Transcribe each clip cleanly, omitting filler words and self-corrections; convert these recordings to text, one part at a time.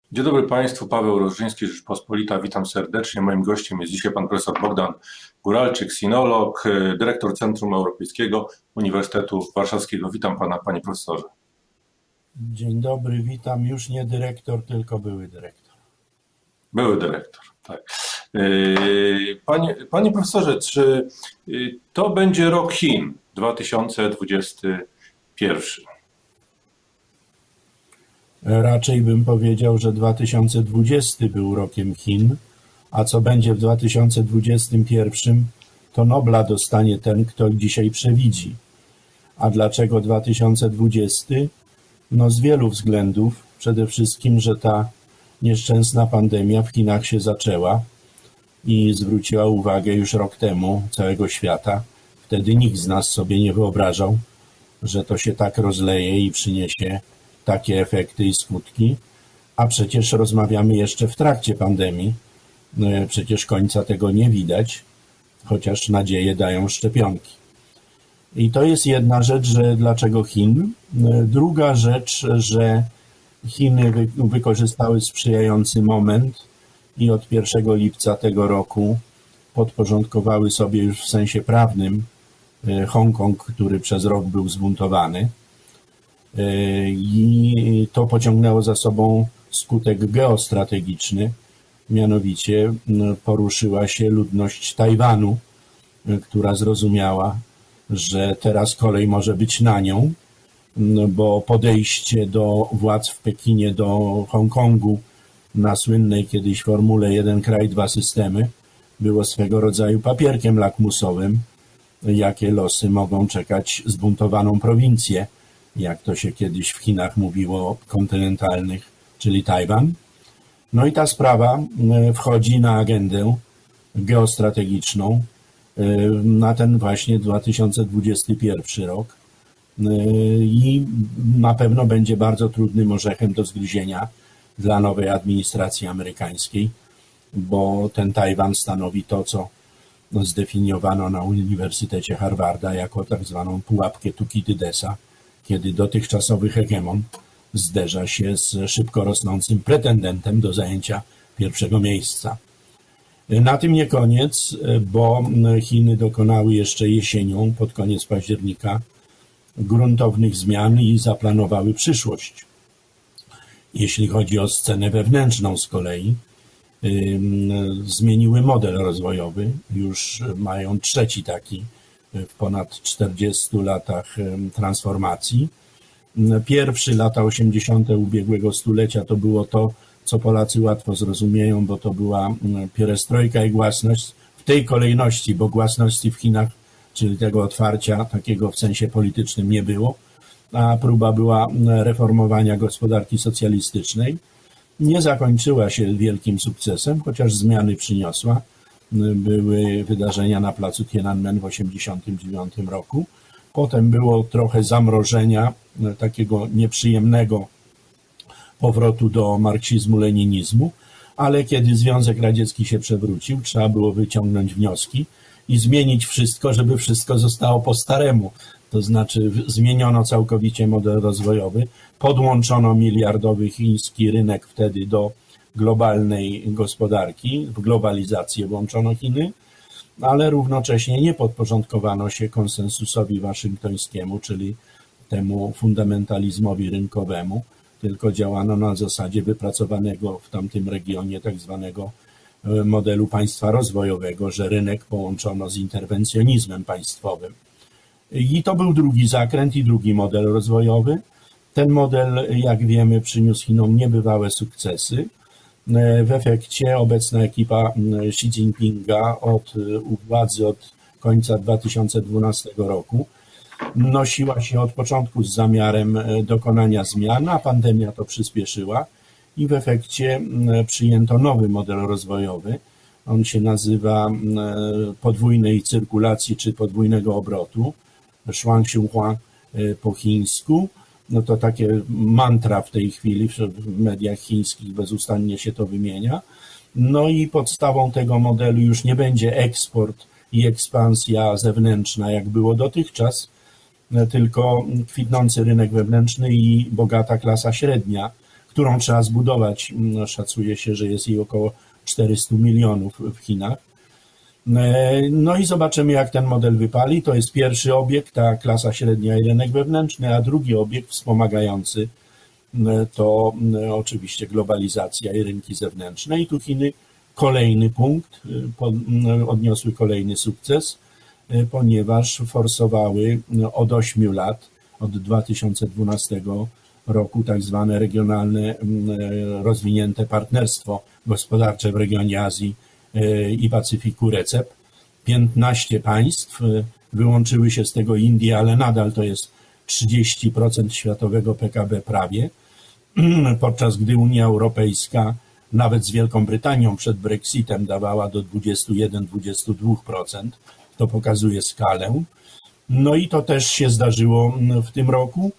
Dzień dobry Państwu, Paweł Rożyński, Rzeczpospolita. Witam serdecznie. Moim gościem jest dzisiaj pan profesor Bogdan Guralczyk, sinolog, dyrektor Centrum Europejskiego Uniwersytetu Warszawskiego. Witam pana, panie profesorze. Dzień dobry, witam. Już nie dyrektor, tylko były dyrektor. Były dyrektor, tak. Panie profesorze, czy to będzie rok Chin 2021? Raczej bym powiedział, że 2020 był rokiem Chin, a co będzie w 2021, to Nobla dostanie ten, kto dzisiaj przewidzi. A dlaczego 2020? No z wielu względów. Przede wszystkim, że ta nieszczęsna pandemia w Chinach się zaczęła i zwróciła uwagę już rok temu całego świata. Wtedy nikt z nas sobie nie wyobrażał, że to się tak rozleje i przyniesie takie efekty i skutki, a przecież rozmawiamy jeszcze w trakcie pandemii. Przecież końca tego nie widać, chociaż nadzieję dają szczepionki. I to jest jedna rzecz, że dlaczego Chin. Druga rzecz, że Chiny wykorzystały sprzyjający moment i od 1 lipca tego roku podporządkowały sobie już w sensie prawnym Hongkong, który przez rok był zbuntowany. I to pociągnęło za sobą skutek geostrategiczny, mianowicie poruszyła się ludność Tajwanu, która zrozumiała, że teraz kolej może być na nią, bo podejście do władz w Pekinie do Hongkongu na słynnej kiedyś formule jeden kraj, dwa systemy było swego rodzaju papierkiem lakmusowym, jakie losy mogą czekać zbuntowaną prowincję, jak to się kiedyś w Chinach mówiło, kontynentalnych, czyli Tajwan. No i ta sprawa wchodzi na agendę geostrategiczną na ten właśnie 2021 rok i na pewno będzie bardzo trudnym orzechem do zgryzienia dla nowej administracji amerykańskiej, bo ten Tajwan stanowi to, co zdefiniowano na Uniwersytecie Harvarda jako tak zwaną pułapkę Tukidydesa, kiedy dotychczasowy hegemon zderza się z szybko rosnącym pretendentem do zajęcia pierwszego miejsca. Na tym nie koniec, bo Chiny dokonały jeszcze jesienią, pod koniec października, gruntownych zmian i zaplanowały przyszłość. Jeśli chodzi o scenę wewnętrzną z kolei, zmieniły model rozwojowy, już mają trzeci taki w ponad 40 latach transformacji. Pierwszy, lata 80. ubiegłego stulecia, to było to, co Polacy łatwo zrozumieją, bo to była pierestrojka i głasność w tej kolejności, bo głasności w Chinach, czyli tego otwarcia takiego w sensie politycznym nie było, a próba była reformowania gospodarki socjalistycznej. Nie zakończyła się wielkim sukcesem, chociaż zmiany przyniosła. Były wydarzenia na placu Tiananmen w 1989 roku. Potem było trochę zamrożenia, takiego nieprzyjemnego powrotu do marksizmu-leninizmu, ale kiedy Związek Radziecki się przewrócił, trzeba było wyciągnąć wnioski i zmienić wszystko, żeby wszystko zostało po staremu. To znaczy zmieniono całkowicie model rozwojowy, podłączono miliardowy chiński rynek wtedy do globalnej gospodarki, w globalizację włączono Chiny, ale równocześnie nie podporządkowano się konsensusowi waszyngtońskiemu, czyli temu fundamentalizmowi rynkowemu, tylko działano na zasadzie wypracowanego w tamtym regionie tak zwanego modelu państwa rozwojowego, że rynek połączono z interwencjonizmem państwowym. I to był drugi zakręt i drugi model rozwojowy. Ten model, jak wiemy, przyniósł Chinom niebywałe sukcesy. W efekcie obecna ekipa Xi Jinpinga u władzy od końca 2012 roku nosiła się od początku z zamiarem dokonania zmian, a pandemia to przyspieszyła i w efekcie przyjęto nowy model rozwojowy. On się nazywa podwójnej cyrkulacji czy podwójnego obrotu, Shuangxiuhua po chińsku. No to takie mantra w tej chwili w mediach chińskich bezustannie się to wymienia. No i podstawą tego modelu już nie będzie eksport i ekspansja zewnętrzna, jak było dotychczas, tylko kwitnący rynek wewnętrzny i bogata klasa średnia, którą trzeba zbudować. Szacuje się, że jest jej około 400 milionów w Chinach. No i zobaczymy, jak ten model wypali. To jest pierwszy obiekt, ta klasa średnia i rynek wewnętrzny, a drugi obiekt wspomagający to oczywiście globalizacja i rynki zewnętrzne. I tu Chiny kolejny punkt, odniosły kolejny sukces, ponieważ forsowały od 8 lat, od 2012 roku tak zwane regionalne, rozwinięte partnerstwo gospodarcze w regionie Azji i Pacyfiku RCEP. 15 państw, wyłączyły się z tego Indie, ale nadal to jest 30% światowego PKB prawie, podczas gdy Unia Europejska nawet z Wielką Brytanią przed Brexitem dawała do 21-22%. To pokazuje skalę. No i to też się zdarzyło w tym roku.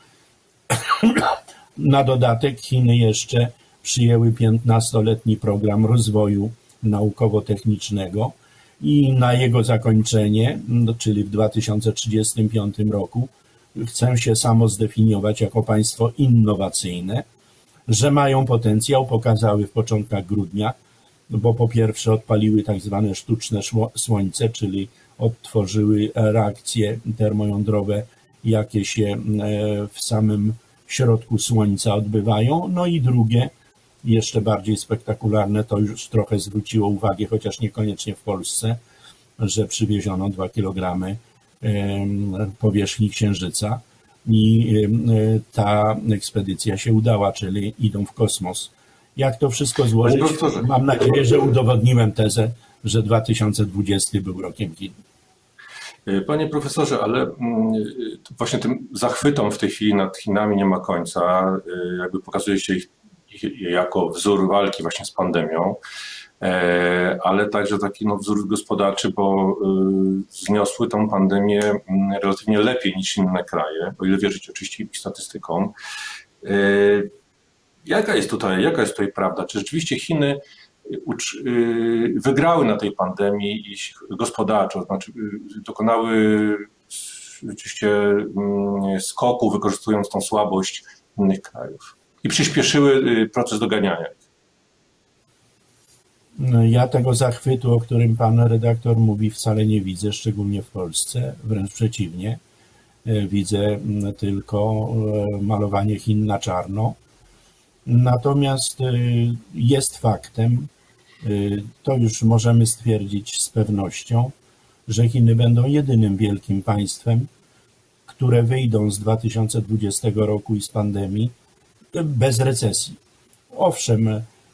Na dodatek Chiny jeszcze przyjęły 15-letni program rozwoju naukowo-technicznego i na jego zakończenie, czyli w 2035 roku, chcą się samo zdefiniować jako państwo innowacyjne, że mają potencjał, pokazały w początkach grudnia, bo po pierwsze odpaliły tak zwane sztuczne słońce, czyli odtworzyły reakcje termojądrowe, jakie się w samym środku Słońca odbywają. No i drugie, jeszcze bardziej spektakularne, to już trochę zwróciło uwagę, chociaż niekoniecznie w Polsce, że przywieziono 2 kg powierzchni Księżyca i ta ekspedycja się udała, czyli idą w kosmos. Jak to wszystko złożyć? Mam nadzieję, że udowodniłem tezę, że 2020 był rokiem Chin. Panie profesorze, ale właśnie tym zachwytom w tej chwili nad Chinami nie ma końca. Jakby pokazuje się ich jako wzór walki właśnie z pandemią, ale także taki wzór gospodarczy, bo zniosły tą pandemię relatywnie lepiej niż inne kraje, o ile wierzyć oczywiście ich statystykom. Jaka jest tutaj prawda? Czy rzeczywiście Chiny wygrały na tej pandemii gospodarczo, to znaczy dokonały rzeczywiście skoku, wykorzystując tą słabość innych krajów i przyspieszyły proces doganiania ich? Ja tego zachwytu, o którym pan redaktor mówi, wcale nie widzę, szczególnie w Polsce, wręcz przeciwnie. Widzę tylko malowanie Chin na czarno. Natomiast jest faktem, to już możemy stwierdzić z pewnością, że Chiny będą jedynym wielkim państwem, które wyjdą z 2020 roku i z pandemii bez recesji. Owszem,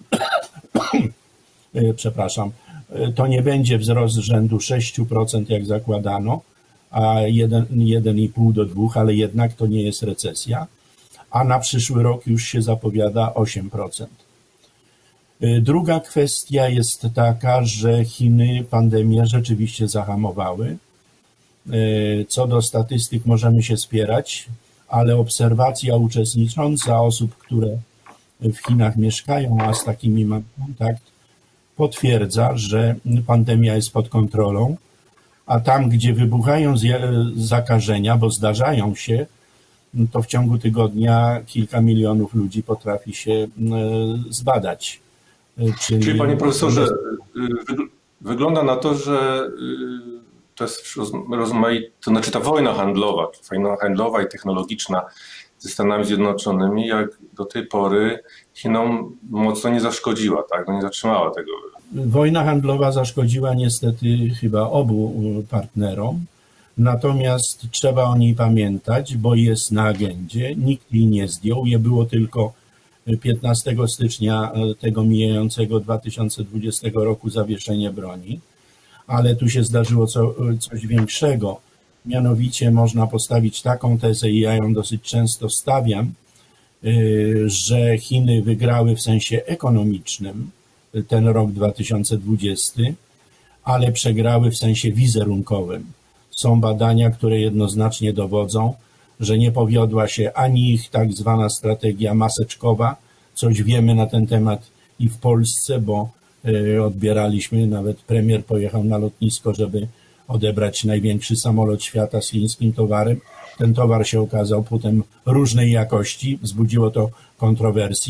to nie będzie wzrost rzędu 6%, jak zakładano, a 1,5 do 2, ale jednak to nie jest recesja, a na przyszły rok już się zapowiada 8%. Druga kwestia jest taka, że Chiny pandemię rzeczywiście zahamowały. Co do statystyk możemy się spierać, ale obserwacja uczestnicząca osób, które w Chinach mieszkają, a z takimi mam kontakt, potwierdza, że pandemia jest pod kontrolą, a tam, gdzie wybuchają zakażenia, bo zdarzają się, to w ciągu tygodnia kilka milionów ludzi potrafi się zbadać. Czyli panie profesorze, wygląda na to, że to jest rozmaite, to znaczy ta wojna handlowa i technologiczna ze Stanami Zjednoczonymi, jak do tej pory Chinom mocno nie zaszkodziła, tak? Nie zatrzymała tego. Wojna handlowa zaszkodziła niestety chyba obu partnerom, natomiast trzeba o niej pamiętać, bo jest na agendzie, nikt jej nie zdjął, je było tylko 15 stycznia tego mijającego 2020 roku zawieszenie broni, ale tu się zdarzyło coś większego. Mianowicie można postawić taką tezę, i ja ją dosyć często stawiam, że Chiny wygrały w sensie ekonomicznym ten rok 2020, ale przegrały w sensie wizerunkowym. Są badania, które jednoznacznie dowodzą, że nie powiodła się ani ich tak zwana strategia maseczkowa. Coś wiemy na ten temat i w Polsce, bo odbieraliśmy, nawet premier pojechał na lotnisko, żeby odebrać największy samolot świata z chińskim towarem. Ten towar się okazał potem różnej jakości, wzbudziło to kontrowersje.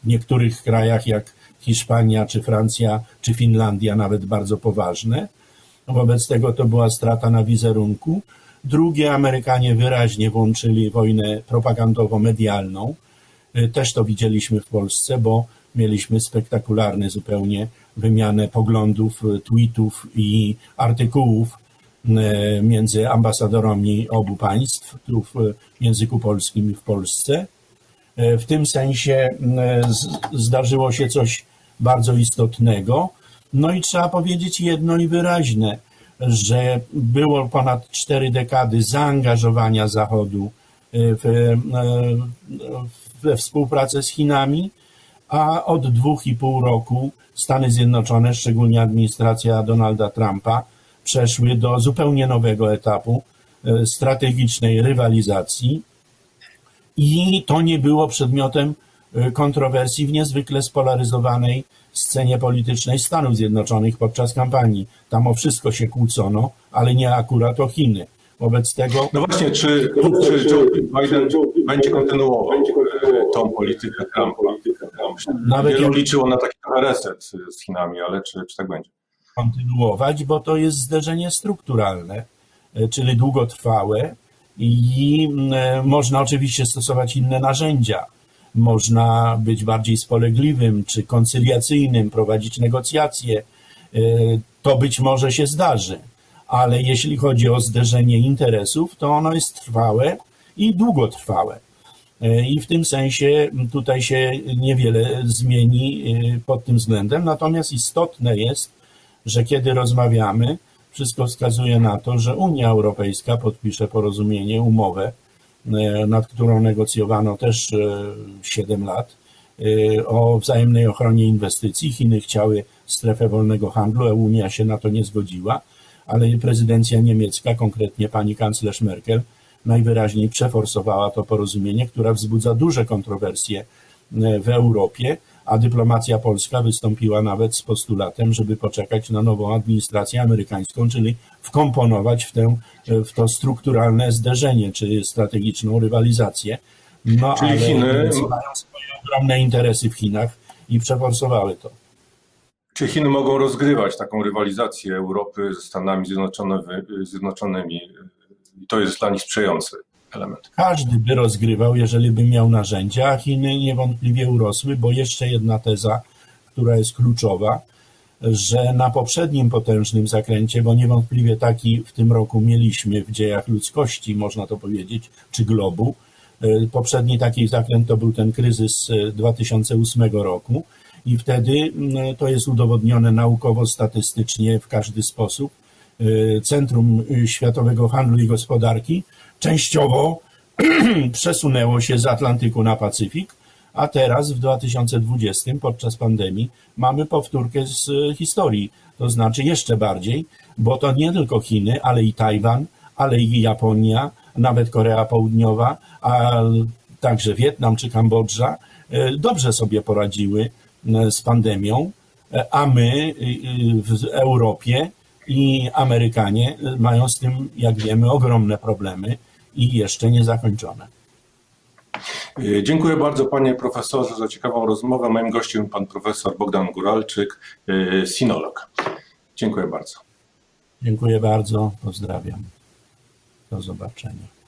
w niektórych krajach jak Hiszpania, czy Francja, czy Finlandia nawet bardzo poważne. Wobec tego to była strata na wizerunku. Drugie, Amerykanie wyraźnie włączyli wojnę propagandowo-medialną. Też to widzieliśmy w Polsce, bo mieliśmy spektakularny zupełnie wymianę poglądów, tweetów i artykułów między ambasadorami obu państw, tu w języku polskim i w Polsce. W tym sensie zdarzyło się coś bardzo istotnego. No i trzeba powiedzieć jedno i wyraźne, że było ponad 4 dekady zaangażowania Zachodu we współpracę z Chinami, a od 2,5 roku Stany Zjednoczone, szczególnie administracja Donalda Trumpa, przeszły do zupełnie nowego etapu strategicznej rywalizacji i to nie było przedmiotem kontrowersji w niezwykle spolaryzowanej scenie politycznej Stanów Zjednoczonych podczas kampanii. Tam o wszystko się kłócono, ale nie akurat o Chiny. Wobec tego... No właśnie, czy Joe Biden będzie kontynuował tą politykę Trumpa? Wielu liczyło na taki reset z Chinami, ale czy tak będzie? Kontynuować, bo to jest zderzenie strukturalne, czyli długotrwałe i można oczywiście stosować inne narzędzia. Można być bardziej spolegliwym czy koncyliacyjnym, prowadzić negocjacje. To być może się zdarzy, ale jeśli chodzi o zderzenie interesów, to ono jest trwałe i długotrwałe. I w tym sensie tutaj się niewiele zmieni pod tym względem. Natomiast istotne jest, że kiedy rozmawiamy, wszystko wskazuje na to, że Unia Europejska podpisze porozumienie, umowę, nad którą negocjowano też 7 lat, o wzajemnej ochronie inwestycji. Chiny chciały strefę wolnego handlu, a Unia się na to nie zgodziła, ale prezydencja niemiecka, konkretnie pani kanclerz Merkel, najwyraźniej przeforsowała to porozumienie, które wzbudza duże kontrowersje w Europie, a dyplomacja polska wystąpiła nawet z postulatem, żeby poczekać na nową administrację amerykańską, czyli wkomponować w to strukturalne zderzenie, czy strategiczną rywalizację. No, czyli ale Chiny mają swoje ogromne interesy w Chinach i przeforsowały to. Czy Chiny mogą rozgrywać taką rywalizację Europy ze Stanami Zjednoczonymi i to jest dla nich sprzyjający element? Każdy by rozgrywał, jeżeli by miał narzędzia, a Chiny niewątpliwie urosły, bo jeszcze jedna teza, która jest kluczowa, że na poprzednim potężnym zakręcie, bo niewątpliwie taki w tym roku mieliśmy w dziejach ludzkości, można to powiedzieć, czy globu, poprzedni taki zakręt to był ten kryzys 2008 roku i wtedy to jest udowodnione naukowo, statystycznie w każdy sposób. Centrum Światowego Handlu i Gospodarki częściowo przesunęło się z Atlantyku na Pacyfik, a teraz w 2020 podczas pandemii mamy powtórkę z historii, to znaczy jeszcze bardziej, bo to nie tylko Chiny, ale i Tajwan, ale i Japonia, nawet Korea Południowa, a także Wietnam czy Kambodża dobrze sobie poradziły z pandemią, a my w Europie i Amerykanie mają z tym, jak wiemy, ogromne problemy i jeszcze nie zakończone. Dziękuję bardzo panie profesorze za ciekawą rozmowę. Moim gościem pan profesor Bogdan Guralczyk, sinolog. Dziękuję bardzo. Dziękuję bardzo, pozdrawiam. Do zobaczenia.